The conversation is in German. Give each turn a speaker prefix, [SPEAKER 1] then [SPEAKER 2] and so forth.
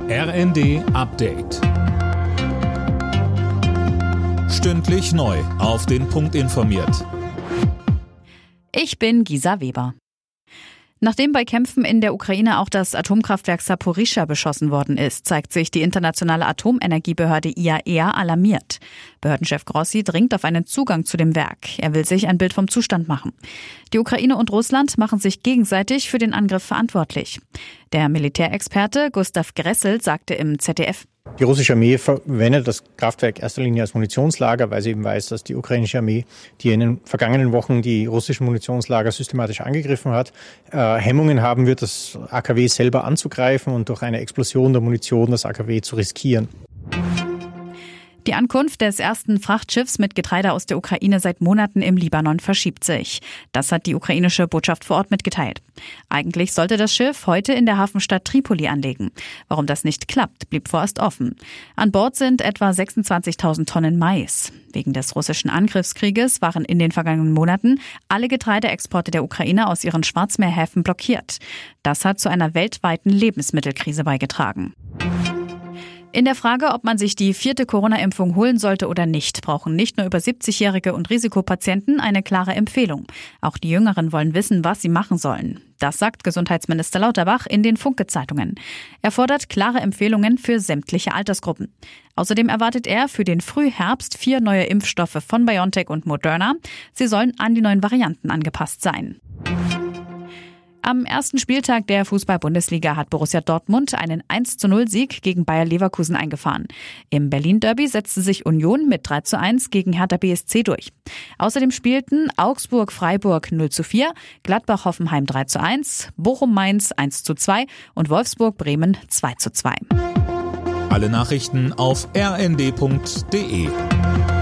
[SPEAKER 1] RND Update. Stündlich neu auf den Punkt informiert.
[SPEAKER 2] Ich bin Gisa Weber. Nachdem bei Kämpfen in der Ukraine auch das Atomkraftwerk Saporischschja beschossen worden ist, zeigt sich die internationale Atomenergiebehörde IAEA alarmiert. Behördenchef Grossi dringt auf einen Zugang zu dem Werk. Er will sich ein Bild vom Zustand machen. Die Ukraine und Russland machen sich gegenseitig für den Angriff verantwortlich. Der Militärexperte Gustav Gressel sagte im ZDF:
[SPEAKER 3] Die russische Armee verwendet das Kraftwerk in erster Linie als Munitionslager, weil sie eben weiß, dass die ukrainische Armee, die in den vergangenen Wochen die russischen Munitionslager systematisch angegriffen hat, Hemmungen haben wird, das AKW selber anzugreifen und durch eine Explosion der Munition das AKW zu riskieren.
[SPEAKER 2] Die Ankunft des ersten Frachtschiffs mit Getreide aus der Ukraine seit Monaten im Libanon verschiebt sich. Das hat die ukrainische Botschaft vor Ort mitgeteilt. Eigentlich sollte das Schiff heute in der Hafenstadt Tripoli anlegen. Warum das nicht klappt, blieb vorerst offen. An Bord sind etwa 26.000 Tonnen Mais. Wegen des russischen Angriffskrieges waren in den vergangenen Monaten alle Getreideexporte der Ukraine aus ihren Schwarzmeerhäfen blockiert. Das hat zu einer weltweiten Lebensmittelkrise beigetragen. In der Frage, ob man sich die 4. Corona-Impfung holen sollte oder nicht, brauchen nicht nur über 70-Jährige und Risikopatienten eine klare Empfehlung. Auch die Jüngeren wollen wissen, was sie machen sollen. Das sagt Gesundheitsminister Lauterbach in den Funke-Zeitungen. Er fordert klare Empfehlungen für sämtliche Altersgruppen. Außerdem erwartet er für den Frühherbst 4 neue Impfstoffe von BioNTech und Moderna. Sie sollen an die neuen Varianten angepasst sein. Am ersten Spieltag der Fußball-Bundesliga hat Borussia Dortmund einen 1:0-Sieg gegen Bayer Leverkusen eingefahren. Im Berlin-Derby setzte sich Union mit 3:1 gegen Hertha BSC durch. Außerdem spielten Augsburg-Freiburg 0:4, Gladbach-Hoffenheim 3:1, Bochum-Mainz 1:2 und Wolfsburg-Bremen 2:2.
[SPEAKER 1] Alle Nachrichten auf rnd.de.